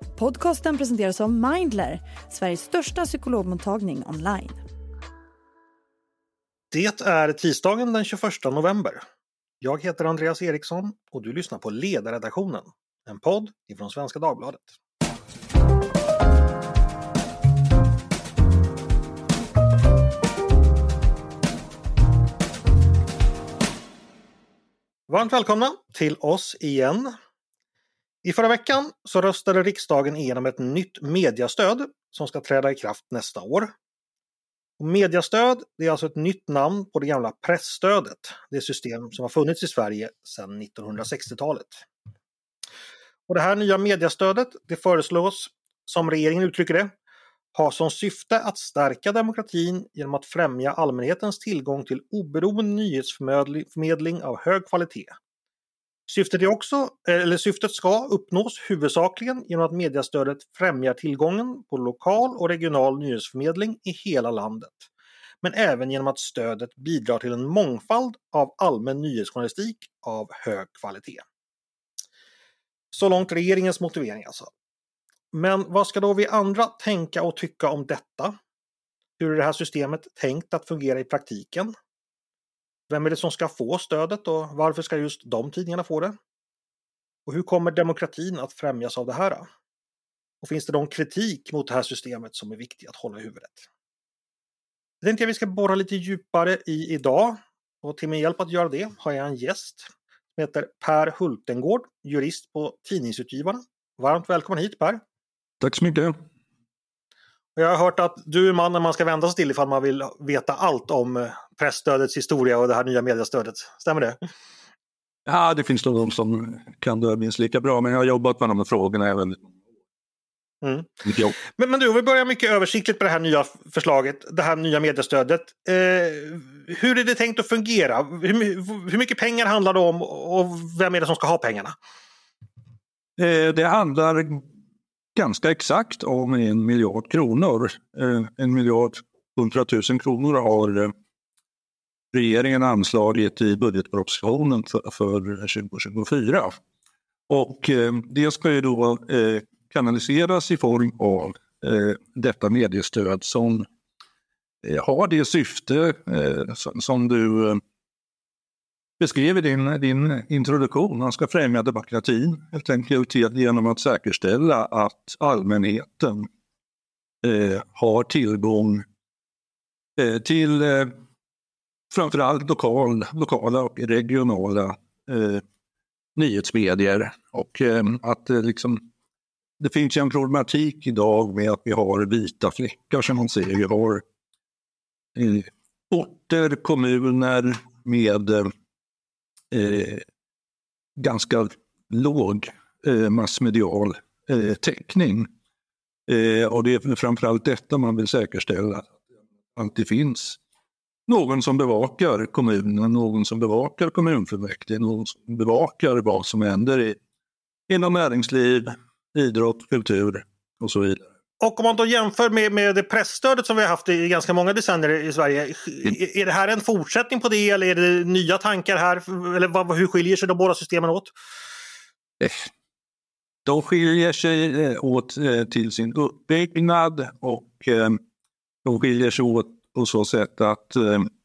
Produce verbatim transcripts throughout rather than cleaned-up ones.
Podcasten presenteras av Mindler, Sveriges största psykologmottagning online. Det är tisdagen den tjugoförsta november. Jag heter Andreas Eriksson och du lyssnar på Ledarredaktionen, en podd ifrån Svenska Dagbladet. Varmt välkomna till oss igen. I förra veckan så röstade riksdagen igenom ett nytt mediastöd som ska träda i kraft nästa år. Och mediastöd, det är alltså ett nytt namn på det gamla pressstödet, det system som har funnits i Sverige sedan nittonhundrasextiotalet. Och det här nya mediastödet, det föreslås, som regeringen uttrycker det, ha som syfte att stärka demokratin genom att främja allmänhetens tillgång till oberoende nyhetsförmedling av hög kvalitet. Syftet, är också, eller syftet ska uppnås huvudsakligen genom att mediastödet främjar tillgången på lokal och regional nyhetsförmedling i hela landet. Men även genom att stödet bidrar till en mångfald av allmän nyhetsjournalistik av hög kvalitet. Så långt regeringens motivering alltså. Men vad ska då vi andra tänka och tycka om detta? Hur är det här systemet tänkt att fungera i praktiken? Vem är det som ska få stödet och varför ska just de tidningarna få det? Och hur kommer demokratin att främjas av det här? Och finns det någon kritik mot det här systemet som är viktig att hålla i huvudet? Det tänkte jag vi ska borra lite djupare i idag. Och till min hjälp att göra det har jag en gäst som heter Per Hultengård, jurist på Tidningsutgivarna. Varmt välkommen hit, Per. Tack så mycket. Jag har hört att du är mannen man ska vända sig till ifall man vill veta allt om pressstödets historia och det här nya mediastödet. Stämmer det? Ja, det finns någon som kan det minst lika bra, men jag har jobbat med de här frågorna även. Mm. Men, men du, vi börjar mycket översiktligt på det här nya förslaget, det här nya mediastödet. Eh, hur är det tänkt att fungera? Hur, hur mycket pengar handlar det om och vem är det som ska ha pengarna? Eh, det handlar ganska exakt om en miljard kronor. Eh, en miljard hundratusen kronor har eh, regeringen anslagit i budgetpropositionen för, för tjugo tjugofyra. Och eh, det ska ju då eh, kanaliseras i form av eh, detta mediestöd som eh, har det syfte eh, som, som du eh, beskrev i din, din introduktion. Man ska främja demokratin helt enkelt genom att säkerställa att allmänheten eh, har tillgång eh, till eh, framförallt lokal, lokala och regionala eh, nyhetsmedier. Och eh, att eh, liksom, det finns en problematik idag med att vi har vita fläckar som man säger. Vi har eh, orter, kommuner med eh, Eh, ganska låg eh, massmedial eh, täckning. Eh, och det är framförallt detta man vill säkerställa. Att det finns någon som bevakar kommunen, någon som bevakar kommunfullmäktige, någon som bevakar vad som händer i, inom näringsliv, idrott, kultur och så vidare. Och om man då jämför med, med det pressstödet som vi har haft i ganska många decennier i Sverige, är, är det här en fortsättning på det eller är det nya tankar här? Eller vad, hur skiljer sig de båda systemen åt? De skiljer sig åt till sin uppbyggnad och de skiljer sig åt på så sätt att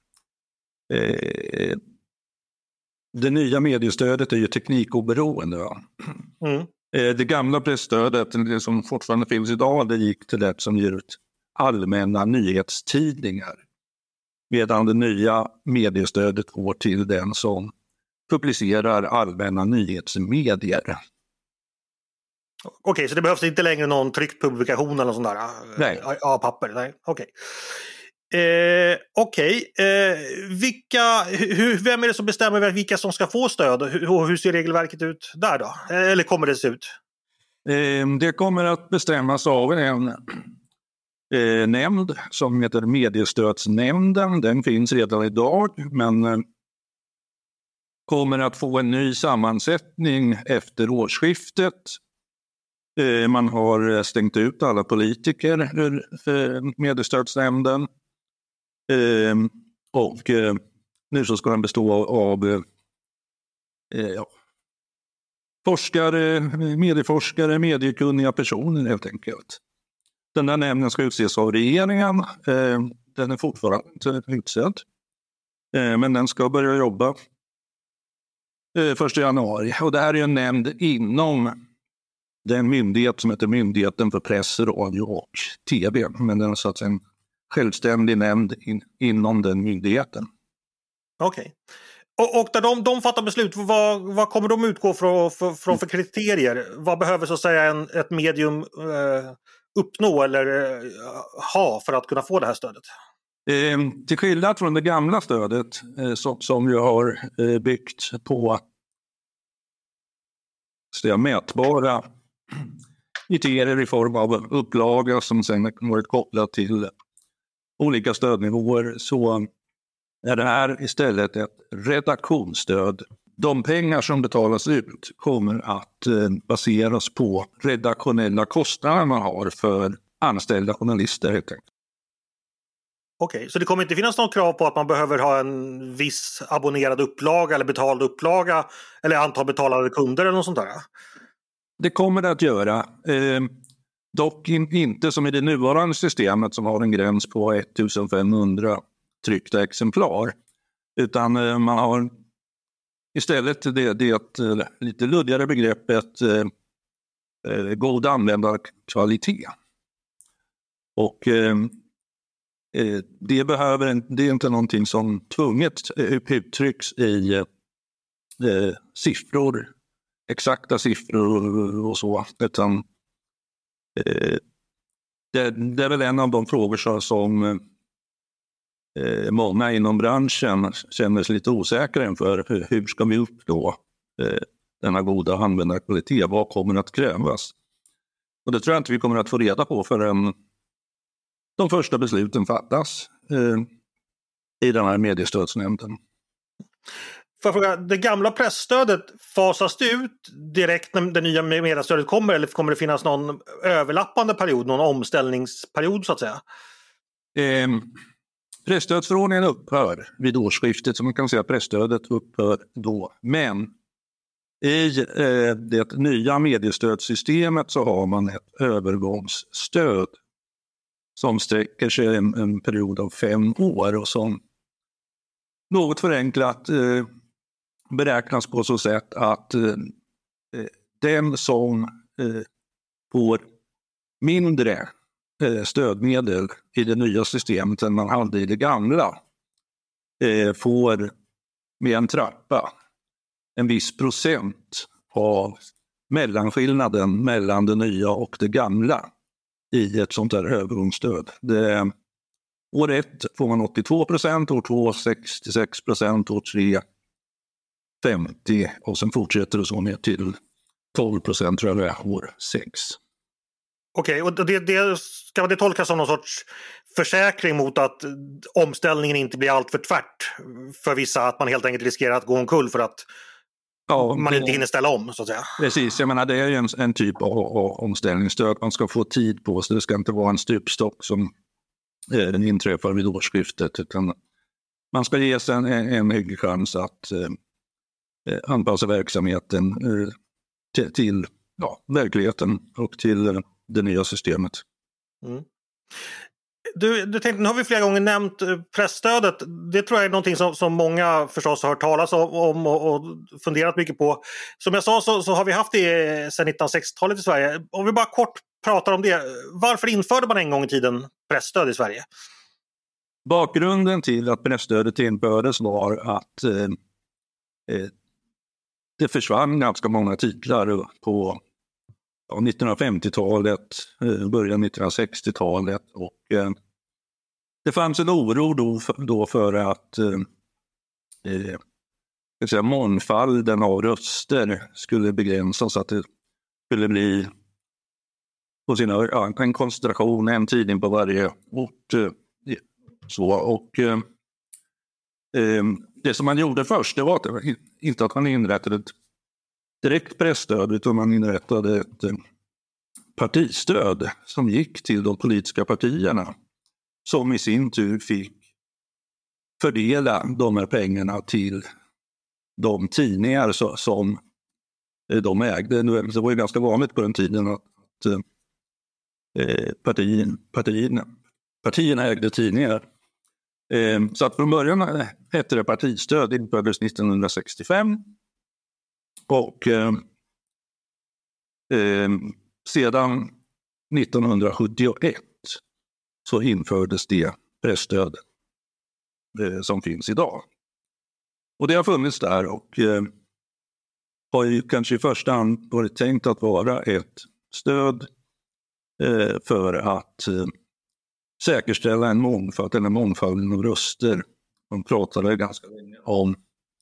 eh, det nya mediestödet är ju teknikoberoende. Va? Mm. Det gamla pressstödet, det som fortfarande finns idag, det gick till det som ger ut allmänna nyhetstidningar. Medan det nya mediestödet går till den som publicerar allmänna nyhetsmedier. Okej, så det behövs inte längre någon tryckt publikation eller sånt där? Nej. Ja, papper. Nej, okej. Eh, Okej, eh, vilka, hur, vem är det som bestämmer vilka som ska få stöd och hur, hur ser regelverket ut där då? Eller kommer det se ut? Eh, det kommer att bestämmas av en eh, nämnd som heter Mediestödsnämnden. Den finns redan idag men eh, kommer att få en ny sammansättning efter årsskiftet. Eh, man har stängt ut alla politiker ur eh, Mediestödsnämnden. Eh, och eh, nu så ska den bestå av eh, ja, forskare, medieforskare, mediekunniga personer helt enkelt. Den där nämnden ska utses av regeringen. Eh, den är fortfarande inte utsedd. Eh, men den ska börja jobba eh, första januari. Och det här är en nämnd inom den myndighet som heter Myndigheten för press, radio och tv. Men den är så att säga en självständig nämnd in, inom den myndigheten. Okej. Okay. Och, och där de, de fattar beslut, vad, vad kommer de utgå från för, från för kriterier? Vad behöver så att säga en, ett medium eh, uppnå eller eh, ha för att kunna få det här stödet? Eh, till skillnad från det gamla stödet eh, som, som ju har eh, byggt på så mätbara kriterier i form av upplaga som sen varit kopplat till olika stödnivåer, så är det här istället ett redaktionsstöd. De pengar som betalas ut kommer att eh, baseras på redaktionella kostnader man har för anställda journalister helt enkelt. Okej, okay, så det kommer inte finnas någon krav på att man behöver ha en viss abonnerad upplaga eller betald upplaga eller antal betalade kunder eller något sånt där? Det kommer det att göra. Eh, dock in, inte som i det nuvarande systemet som har en gräns på ettusenfemhundra tryckta exemplar. Utan eh, man har istället det, det eh, lite luddigare begreppet eh, eh, god användarkvalitet. Och eh, det, behöver, det är inte någonting som tvunget uttrycks i eh, siffror, exakta siffror och så, utan eh, det, det är väl en av de frågor som, som eh, många inom branschen känner sig lite osäkra inför. Hur, hur ska vi uppnå eh, denna goda användarkvalitet? Vad kommer att krävas? Och det tror jag inte vi kommer att få reda på förrän de första besluten fattas eh, i den här mediestödsnämnden. För fråga, det gamla pressstödet, fasas det ut direkt när det nya mediestödet kommer, eller kommer det finnas någon överlappande period, någon omställningsperiod så att säga? Eh, pressstödsförordningen upphör vid årsskiftet, så man kan säga att pressstödet upphör då. Men i eh, det nya mediestödssystemet så har man ett övergångsstöd som sträcker sig en, en period av fem år och som något förenklat eh, beräknas på så sätt att eh, den som eh, får mindre eh, stödmedel i det nya systemet än man hade i det gamla eh, får med en trappa en viss procent av mellanskillnaden mellan det nya och det gamla i ett sånt här övergångsstöd. Det, år ett får man åttiotvå procent, år två sextiosex procent, år tre femtio och sen fortsätter det så ner till tolv procent tror jag det är år sex. Okej, och det, det, ska det tolkas som någon sorts försäkring mot att omställningen inte blir allt för tvärt för vissa, att man helt enkelt riskerar att gå omkull för att ja, man inte hinner ställa om så att säga? Precis, jag menar det är ju en, en typ av, av omställningsstöd. Man ska få tid på sig, det ska inte vara en stupstock som eh, den inträffar vid årsskiftet, utan man ska ges en, en, en hygglig chans att eh, anpassa verksamheten eh, till, till ja, verkligheten och till eh, det nya systemet. Mm. Du, du tänkte, nu har vi flera gånger nämnt pressstödet. Det tror jag är någonting som, som många förstås har hört talas om och, och funderat mycket på. Som jag sa så, så har vi haft det sedan nittonhundrasextiotalet i Sverige. Om vi bara kort pratar om det. Varför införde man en gång i tiden pressstöd i Sverige? Bakgrunden till att pressstödet infördes var att eh, det försvann ganska många titlar på ja, nittonhundrafemtiotalet, eh, början nittonhundrasextiotalet och eh, det fanns en oro då för, då för att eh, eh, jag säga, mångfalden av röster skulle begränsas, att det skulle bli på sina, ja, en koncentration, en tidning på varje ort. Eh, så, och eh, eh, det som man gjorde först, det var att, inte att man inrättade ett direkt pressstöd, utan man inrättade ett eh, partistöd som gick till de politiska partierna, som i sin tur fick fördela de här pengarna till de tidningar så, som de ägde. Det var ju ganska vanligt på den tiden att eh, partien, partierna, partierna ägde tidningar. Eh, så att från början hette det partistöd, det infördes nittonhundrasextiofem. Och eh, eh, sedan nittonhundrasjuttioett så infördes det presstödet eh, som finns idag. Och det har funnits där och eh, har ju kanske i första hand varit tänkt att vara ett stöd eh, för att eh, säkerställa en mångfald, eller mångfalden av röster. Man pratade ganska länge om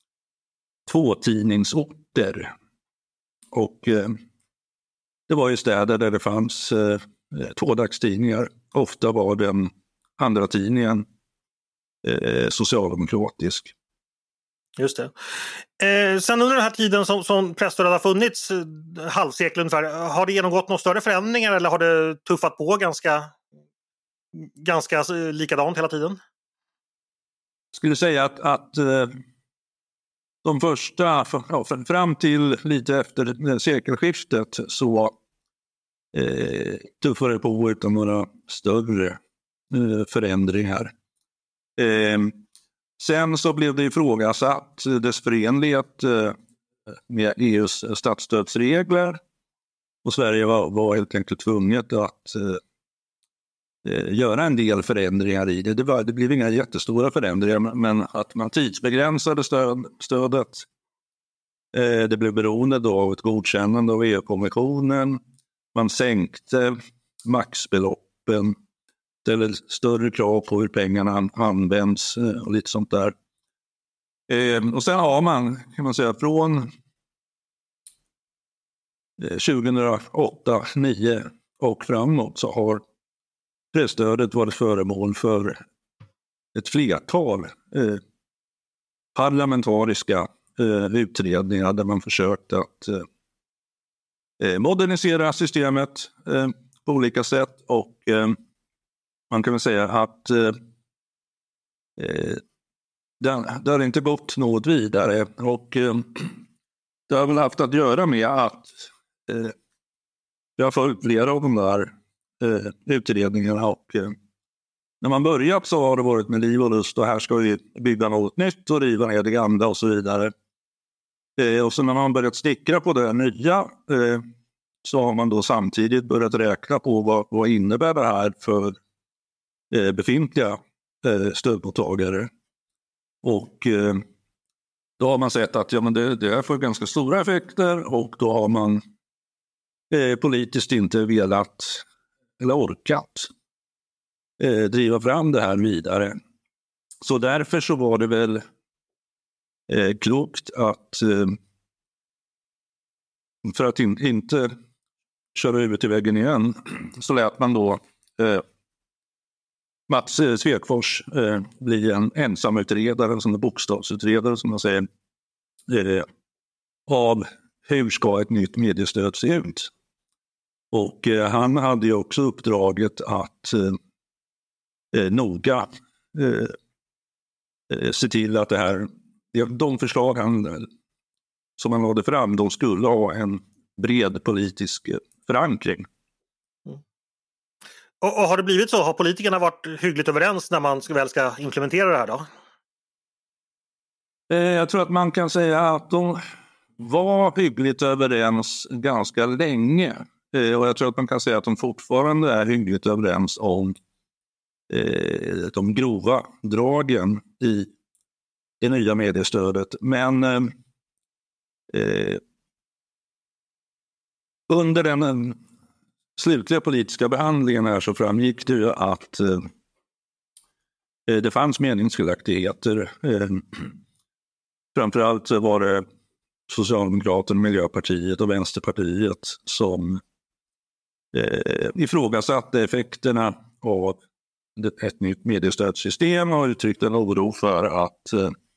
tvåtidningsorter. Och eh, det var ju städer där det fanns eh, tvådagstidningar. Ofta var den andra tidningen eh, socialdemokratisk. Just det. Eh, sen under den här tiden som, som presstödet har funnits, eh, halvsekel ungefär, har det genomgått några större förändringar eller har det tuffat på ganska, ganska eh, likadant hela tiden? Jag skulle säga att, att eh, de första, ja, fram till lite efter sekelskiftet så eh, tuffade det på utan några större eh, förändringar. Eh, sen så blev det ifrågasatt dess förenlighet eh, med E U:s statsstödsregler och Sverige var, var helt enkelt tvunget att eh, göra en del förändringar i det. Det, var, det blev inga jättestora förändringar men att man tidsbegränsade stöd, stödet. Eh, det blev beroende då av ett godkännande av E U-kommissionen. Man sänkte maxbeloppen, ställde större krav på hur pengarna används och lite sånt där. Eh, och sen har man, kan man säga, från tjugohundraåtta nio och framåt så har presstödet varit föremål för ett flertal eh, parlamentariska eh, utredningar där man försökt att eh, modernisera systemet eh, på olika sätt och eh, man kan väl säga att eh, det, det har inte gått något vidare och eh, det har väl haft att göra med att eh, jag har följt flera av de där eh, utredningarna och eh, när man börjat så har det varit med liv och lust och här ska vi bygga något nytt och riva ner det gamla och så vidare. Eh, och så när man börjat stickra på det nya eh, så har man då samtidigt börjat räkna på vad, vad innebär det här för eh, befintliga eh, stödmottagare. Och eh, då har man sett att ja, men det, det får ganska stora effekter och då har man eh, politiskt inte velat eller orkat eh, driva fram det här vidare. Så därför så var det väl eh, klokt att eh, för att in, inte köra över till väggen igen så lät man då eh, Mats Svekfors eh, bli en ensamutredare, en sån bokstavsutredare som man säger, eh, av hur ska ett nytt mediestöd se ut. Och eh, han hade ju också uppdraget att eh, noga eh, se till att det här, de förslag han, som han lade fram, de skulle ha en bred politisk förankring. Och, och har det blivit så? Har politikerna varit hyggligt överens när man ska, väl ska implementera det här då? Eh, jag tror att man kan säga att de var hyggligt överens ganska länge. Eh, och jag tror att man kan säga att de fortfarande är hyggligt överens om eh, de grova dragen i det nya mediestödet. Men eh, eh, under den slutliga politiska behandlingen här så framgick det ju att eh, det fanns meningsskiljaktigheter. Eh, framförallt var det Socialdemokraterna, Miljöpartiet och Vänsterpartiet som eh, ifrågasatte effekterna av ett nytt mediestödssystem och uttryckte en oro för att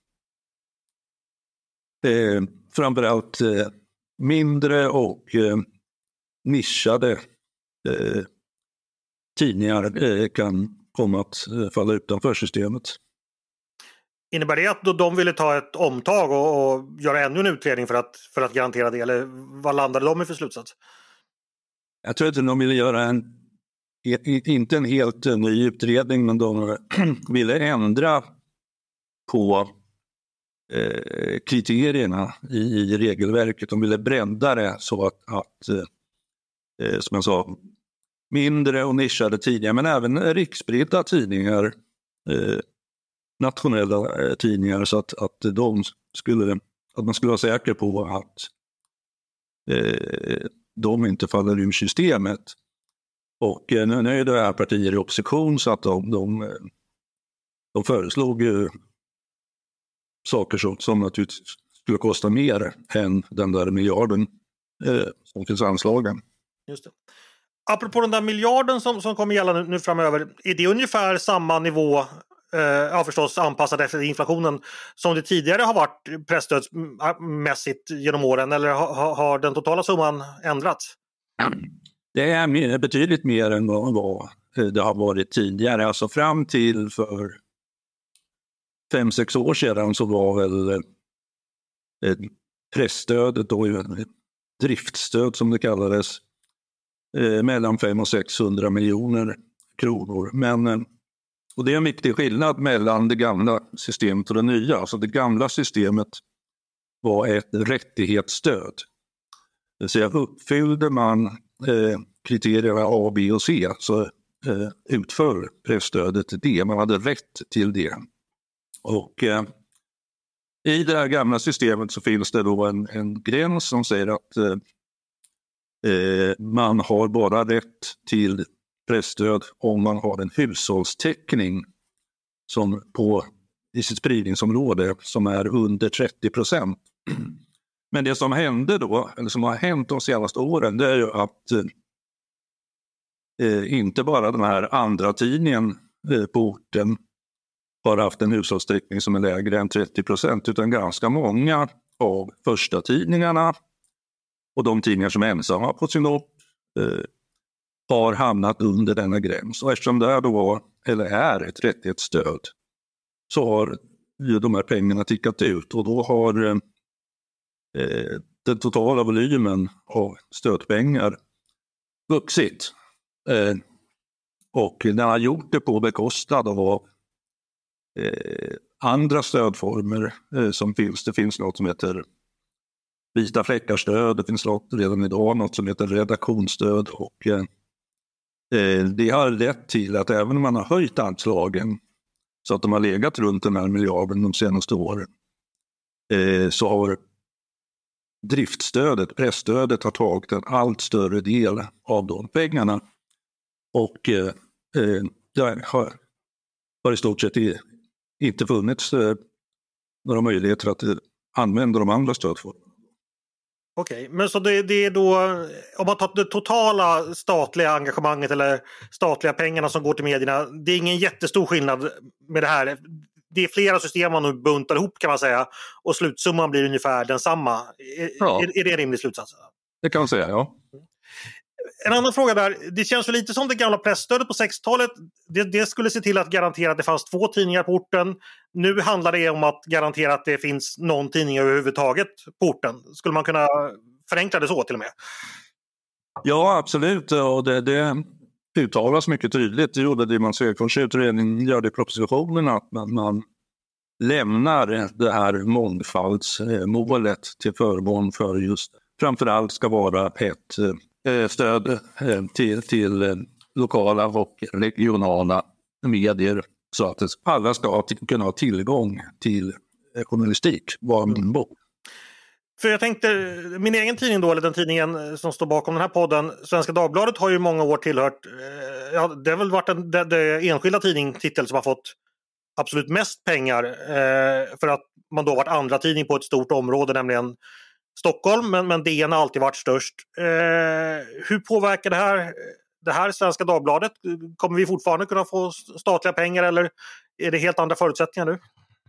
eh, framförallt eh, mindre och eh, nischade eh, tidningar eh, kan komma att eh, falla utanför systemet. Innebär det att de ville ta ett omtag och, och göra ännu en utredning för att, för att garantera det? Eller vad landade de i för slutsats? Jag tror inte de ville göra en, inte en helt ny utredning, men de ville ändra på eh, kriterierna i, i regelverket. De ville bredda det så att, att eh, som jag sa, mindre och nischade tidningar, men även riksspridda tidningar, eh, nationella eh, tidningar, så att, att, de skulle, att man skulle vara säker på att eh, de inte faller ur systemet. Och eh, nu är det här partier i opposition, så att de, de, de föreslog ju saker som, som naturligtvis skulle kosta mer än den där miljarden eh, som finns anslagen. Just det. Apropå den där miljarden som, som kommer gälla nu, nu framöver, är det ungefär samma nivå, eh, ja förstås anpassad efter inflationen, som det tidigare har varit presstödsmässigt genom åren, eller ha, har den totala summan ändrats? Det är betydligt mer än vad, vad det har varit tidigare. Alltså fram till för fem, sex år sedan så var väl eh, pressstödet, då, driftstöd som det kallades, eh, mellan fem och sexhundra miljoner kronor. Men, eh, och det är en viktig skillnad mellan det gamla systemet och det nya. Alltså det gamla systemet var ett rättighetsstöd. Det vill säga uppfyllde man eh, kriterierna A, B och C, så eh, utför pressstödet det. Man hade rätt till det. Och eh, i det här gamla systemet så finns det då en, en gräns som säger att eh, man har bara rätt till pressstöd om man har en hushållstäckning som på, i sitt spridningsområde som är under trettio procent. Men det som hände då, eller som har hänt de senaste åren, det är ju att eh, inte bara den här andra tidningen eh, på orten har haft en hushållstäckning som är lägre än trettio procent, utan ganska många av första tidningarna och de tidningar som är ensamma på sin ort eh, har hamnat under denna gräns. Och eftersom det är då, eller är ett rättighetsstöd, så har ju de här pengarna tickat ut, och då har eh, den totala volymen av stödpengar vuxit. Eh, och den har gjort det på bekostnad av eh, andra stödformer eh, som finns. Det finns något som heter vita fläckarstöd, det finns något redan idag, något som heter redaktionsstöd, och eh, det har lett till att även om man har höjt anslagen så att de har legat runt den här miljarden de senaste åren, eh, så har driftstödet, pressstödet har tagit en allt större del av de pengarna, och eh, det har, har i stort sett inte funnits eh, några möjligheter att eh, använda de andra stödformerna. Okej, men så det, det är då, om man tar det totala statliga engagemanget eller statliga pengarna som går till medierna, det är ingen jättestor skillnad med det här. Det är flera system man nu buntar ihop, kan man säga, och slutsumman blir ungefär densamma. Ja. Är, är det en rimlig slutsats? Det kan man säga, ja. En annan fråga där, det känns väl lite som det gamla pressstödet på sextiotalet, det, det skulle se till att garantera att det fanns två tidningar på orten. Nu handlar det om att garantera att det finns någon tidning överhuvudtaget på orten. Skulle man kunna förenkla det så till och med? Ja, absolut, och det, det uttalas mycket tydligt. Det gjorde det man Svekfors utredning, gör det i propositionen, att man, man lämnar det här mångfaldsmålet till förmån för just, framförallt ska vara ett stöd till, till lokala och regionala medier, så att alla ska kunna ha tillgång till journalistik var man bor. För jag tänkte, min egen tidning då, eller den tidningen som står bakom den här podden, Svenska Dagbladet, har ju många år tillhört, ja, det har väl varit den det, det enskilda tidningstitel som har fått absolut mest pengar, eh, för att man då varit andra tidning på ett stort område, nämligen Stockholm, men, men D N har alltid varit störst. Eh, hur påverkar det här, det här Svenska Dagbladet? Kommer vi fortfarande kunna få statliga pengar, eller är det helt andra förutsättningar nu?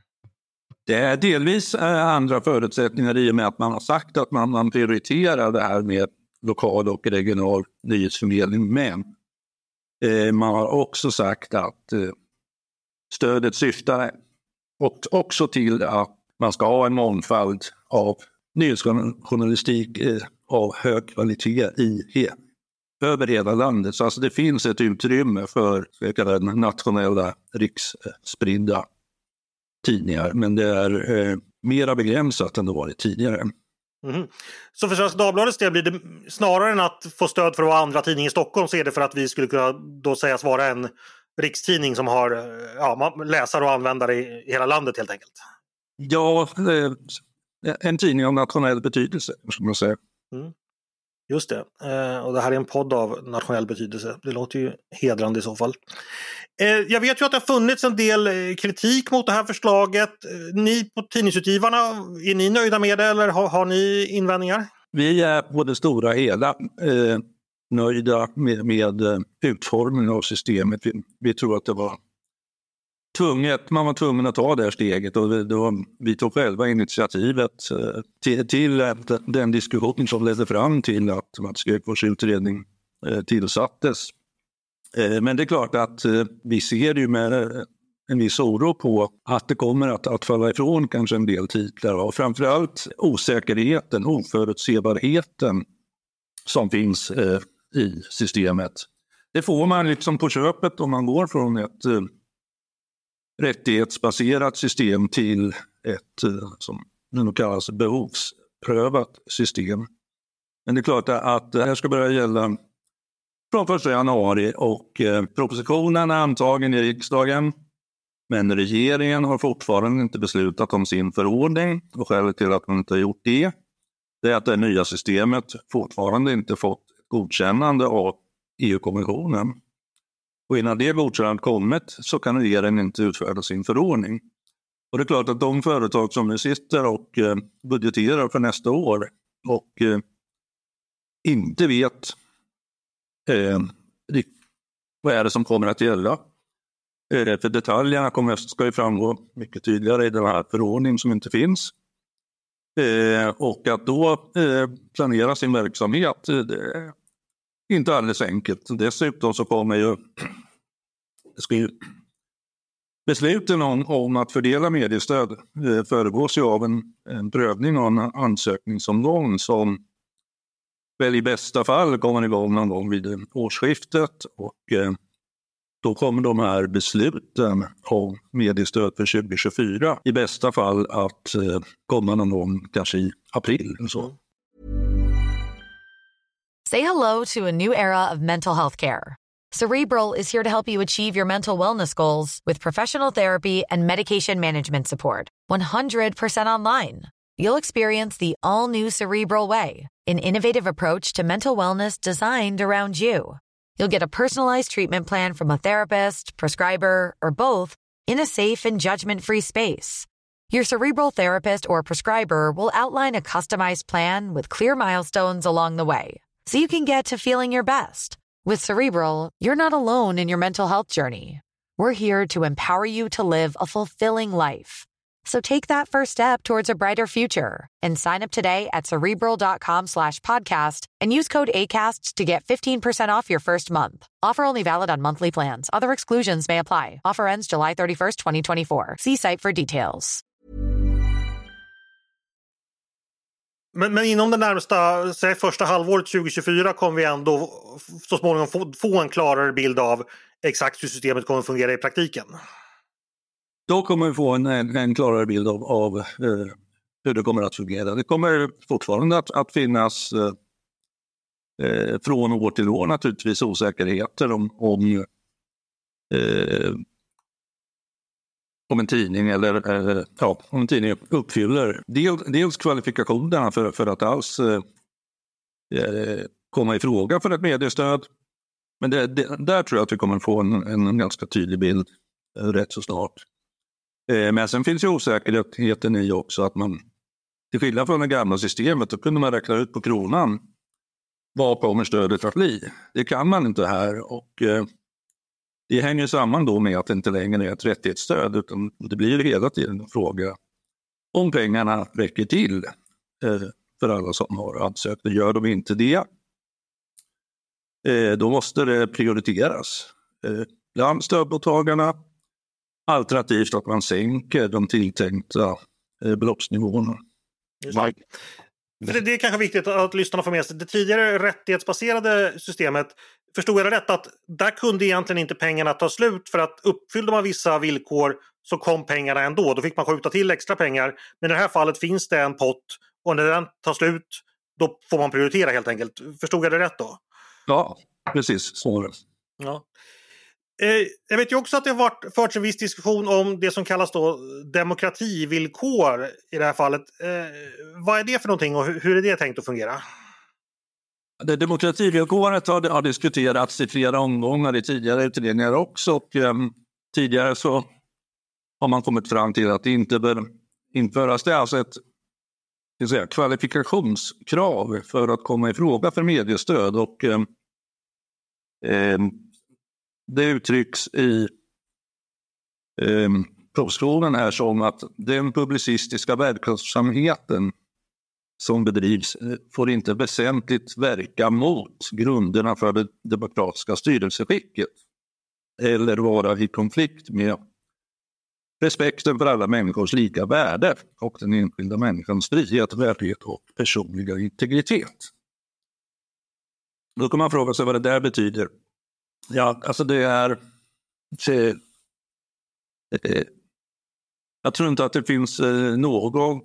Det är delvis andra förutsättningar i och med att man har sagt att man, man prioriterar det här med lokal och regional nyhetsförmedling. Men eh, man har också sagt att eh, stödet syftar och också till att man ska ha en mångfald av nyhetsjournalistik eh, av hög kvalitet i he- över hela landet. Så alltså det finns ett utrymme för den nationella riksspridda tidningar, men det är eh, mera begränsat än det varit tidigare. Mm. Så för Svenska Dagbladets del blir det snarare än att få stöd för att vara andra tidning i Stockholm, så är det för att vi skulle kunna då sägas vara en rikstidning som har ja, läsare och användare i hela landet helt enkelt. Ja, en tidning av nationell betydelse, skulle man säga. Mm. Just det. Eh, och det här är en podd av nationell betydelse. Det låter ju hedrande i så fall. Eh, jag vet ju att det har funnits en del eh, kritik mot det här förslaget. Eh, ni på Tidningsutgivarna, är ni nöjda med det eller har, har ni invändningar? Vi är på det stora hela eh, nöjda med, med utformningen av systemet. Vi, vi tror att det var tvunget, man var tvungen att ta det här steget, och det var, vi tog själva initiativet eh, till, till att den diskussion som ledde fram till att Mats Gökfors utredning eh, tillsattes. Eh, men det är klart att eh, vi ser ju med en viss oro på att det kommer att, att falla ifrån kanske en del titlar, och framförallt osäkerheten, oförutsebarheten som finns eh, i systemet. Det får man liksom på köpet om man går från ett eh, rättighetsbaserat system till ett eh, som det nog kallas behovsprövat system. Men det är klart att det här ska börja gälla från första januari, och eh, propositionen är antagen i riksdagen, men regeringen har fortfarande inte beslutat om sin förordning, och skälet till att man inte har gjort det, det är att det nya systemet fortfarande inte fått godkännande av E U-kommissionen. Och innan det godkännandet kommit så kan regeringen inte utfärda sin förordning. Och det är klart att de företag som nu sitter och eh, budgeterar för nästa år och eh, inte vet eh, vad är det som kommer att gälla. Eh, för detaljerna kommer, ska ju framgå mycket tydligare i den här förordningen som inte finns. Eh, och att då eh, planera sin verksamhet, eh, det är inte alldeles enkelt. Dessutom så kommer ju, ska ju besluten om, om att fördela mediestöd eh, föregås ju av en, en prövning av en ansökningsomgång som väl i bästa fall kommer igång någon gång vid årsskiftet, och eh, då kommer de här besluten om mediestöd för tjugo tjugofyra i bästa fall att eh, komma någon gång kanske i april. Så. Say hello to a new era of mental health care. Cerebral is here to help you achieve your mental wellness goals with professional therapy and medication management support. one hundred percent online. You'll experience the all-new Cerebral Way, an innovative approach to mental wellness designed around you. You'll get a personalized treatment plan from a therapist, prescriber, or both in a safe and judgment-free space. Your Cerebral therapist or prescriber will outline a customized plan with clear milestones along the way, so you can get to feeling your best. With Cerebral, you're not alone in your mental health journey. We're here to empower you to live a fulfilling life. So take that first step towards a brighter future and sign up today at Cerebral.com slash podcast and use code ACAST to get fifteen percent off your first month. Offer only valid on monthly plans. Other exclusions may apply. Offer ends July thirty-first, twenty twenty-four. See site for details. Men, men inom det närmsta, säg första halvåret tjugo tjugofyra kommer vi ändå så småningom få, få en klarare bild av exakt hur systemet kommer att fungera i praktiken. Då kommer vi få en, en, en klarare bild av, av eh, hur det kommer att fungera. Det kommer fortfarande att, att finnas eh, från år till år naturligtvis osäkerheter om, om, eh, om en tidning eller eh, ja, om en tidning uppfyller del, dels kvalifikationerna för, för att alls eh, komma i fråga för ett mediestöd. Men det, det, där tror jag att vi kommer få en, en ganska tydlig bild eh, rätt så snart. Men sen finns ju osäkerheten i också att man, till skillnad från det gamla systemet, då kunde man räkna ut på kronan vad kommer stödet att bli. Det kan man inte här, och eh, det hänger samman då med att det inte längre är ett rättighetsstöd, utan det blir hela tiden en fråga om pengarna räcker till eh, för alla som har ansökt. Gör de inte det, eh, då måste det prioriteras eh, bland stödmottagarna. Alternativt att man sänker de tilltänkta eh, beloppsnivåerna. För det, det är kanske viktigt att lyssnarna får med sig. Det tidigare rättighetsbaserade systemet, förstod jag det rätt, att där kunde egentligen inte pengarna ta slut, för att uppfyllde man vissa villkor så kom pengarna ändå. Då fick man skjuta till extra pengar. Men i det här fallet finns det en pott, och när den tar slut då får man prioritera helt enkelt. Förstod jag det rätt då? Ja, precis. Så är det. Ja. Eh, jag vet ju också att det har varit, förts en viss diskussion om det som kallas då demokrativillkor i det här fallet. Eh, vad är det för någonting och hur, hur är det tänkt att fungera? Det demokrativillkoret har, har diskuterats i flera omgångar i tidigare utredningar också. Och, eh, tidigare så har man kommit fram till att det inte bör införas. Det är alltså ett säga, kvalifikationskrav för att komma i fråga för mediestöd. Och eh, eh, det uttrycks i eh, propositionen här som att den publicistiska verksamheten som bedrivs får inte väsentligt verka mot grunderna för det demokratiska styrelseskicket eller vara i konflikt med respekten för alla människors lika värde och den enskilda människans frihet, värdighet och personliga integritet. Då kan man fråga sig vad det där betyder. Ja, alltså det är... Se, eh, jag tror inte att det finns eh, någon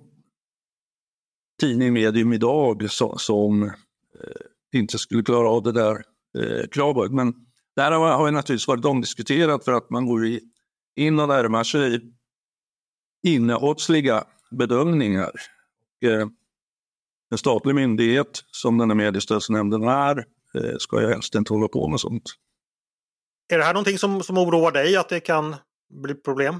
tidning medium idag så, som eh, inte skulle klara av det där eh, kravet. Men där har, har naturligtvis varit omdiskuterat för att man går i, in och närmar sig innehållsliga bedömningar. Och, eh, en statlig myndighet som den här mediestödsnämnden är eh, ska jag helst inte hålla på med sånt. Är det här någonting som, som oroar dig, att det kan bli problem?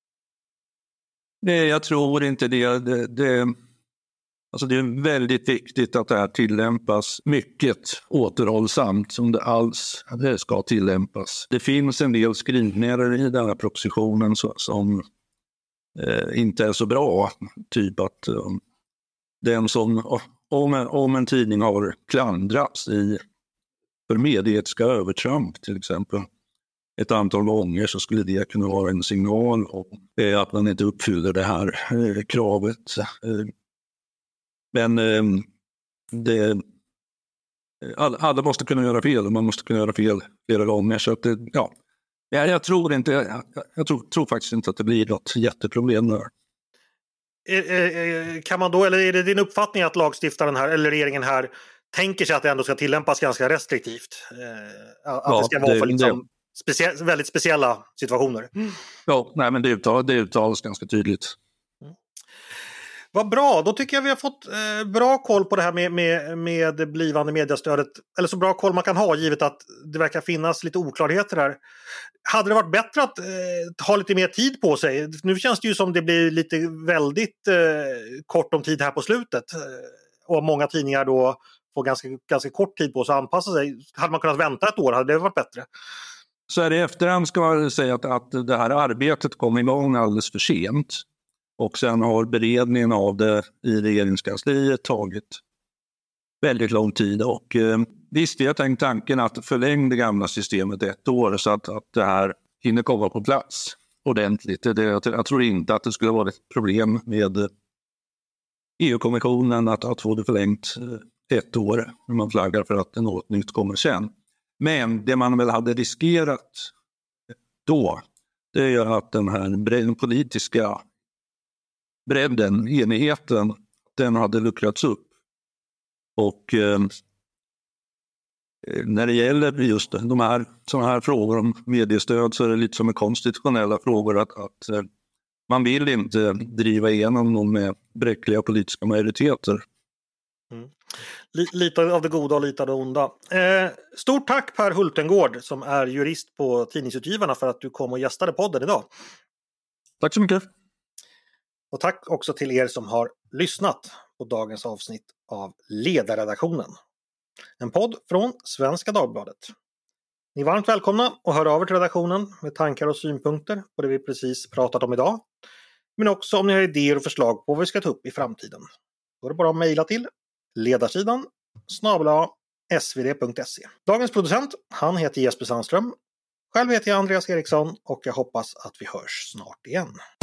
Nej, jag tror inte det. Det, det, alltså det är väldigt viktigt att det här tillämpas mycket återhållsamt som det alls det ska tillämpas. Det finns en del skrivningar i den här propositionen så, som eh, inte är så bra. Typ att eh, den som, om en, om en tidning har klandrats i för medieetiska övertramp till exempel ett antal gånger, så skulle det kunna vara en signal om eh, att man inte uppfyller det här eh, kravet. Eh, men eh, det, alla, alla måste kunna göra fel och man måste kunna göra fel flera gånger. Så att det, ja, jag, jag tror inte, jag, jag tror, tror faktiskt inte att det blir något jätteproblem där. Kan man då, eller är det din uppfattning att lagstiftaren här eller regeringen här tänker sig att det ändå ska tillämpas ganska restriktivt? Eh, att ja, det ska vara det, för liksom specie- väldigt speciella situationer. Mm. Ja, nej, men det uttalas, det uttalas ganska tydligt. Mm. Vad bra, då tycker jag vi har fått eh, bra koll på det här med, med, med blivande mediestödet. Eller så bra koll man kan ha, givet att det verkar finnas lite oklarheter här. Hade det varit bättre att eh, ha lite mer tid på sig? Nu känns det ju som det blir lite väldigt eh, kort om tid här på slutet. Och många tidningar då får ganska, ganska kort tid på sig att anpassa sig. Hade man kunnat vänta ett år, hade det varit bättre? Så här i efterhand ska man säga att, att det här arbetet kom igång alldeles för sent. Och sen har beredningen av det i regeringskansliet tagit väldigt lång tid. Och eh, visst, jag tänkte tanken att förlänga det gamla systemet ett år så att, att det här hinner komma på plats ordentligt. Det, jag, jag tror inte att det skulle vara ett problem med E U-kommissionen att, att få det förlängt ett år när man flaggar för att något nytt kommer sen. Men det man väl hade riskerat då, det är ju att den här politiska bredden, enigheten, den hade luckrats upp. Och eh, när det gäller just de här, såna här frågor om mediestöd så är det lite som med konstitutionella frågor att, att eh, man vill inte driva igenom någon med bräckliga politiska majoriteter. Mm. Lite av det goda och lite av det onda. Eh, stort tack Per Hultengård som är jurist på Tidningsutgivarna för att du kom och gästade podden idag. Tack så mycket. Och tack också till er som har lyssnat på dagens avsnitt av Ledarredaktionen. En podd från Svenska Dagbladet. Ni är varmt välkomna att höra över till redaktionen med tankar och synpunkter på det vi precis pratat om idag. Men också om ni har idéer och förslag på vad vi ska ta upp i framtiden. Då är det bara att mejla till ledarsidan snabel-a svd punkt se. Dagens producent, han heter Jesper Sandström. Själv heter jag Andreas Eriksson och jag hoppas att vi hörs snart igen.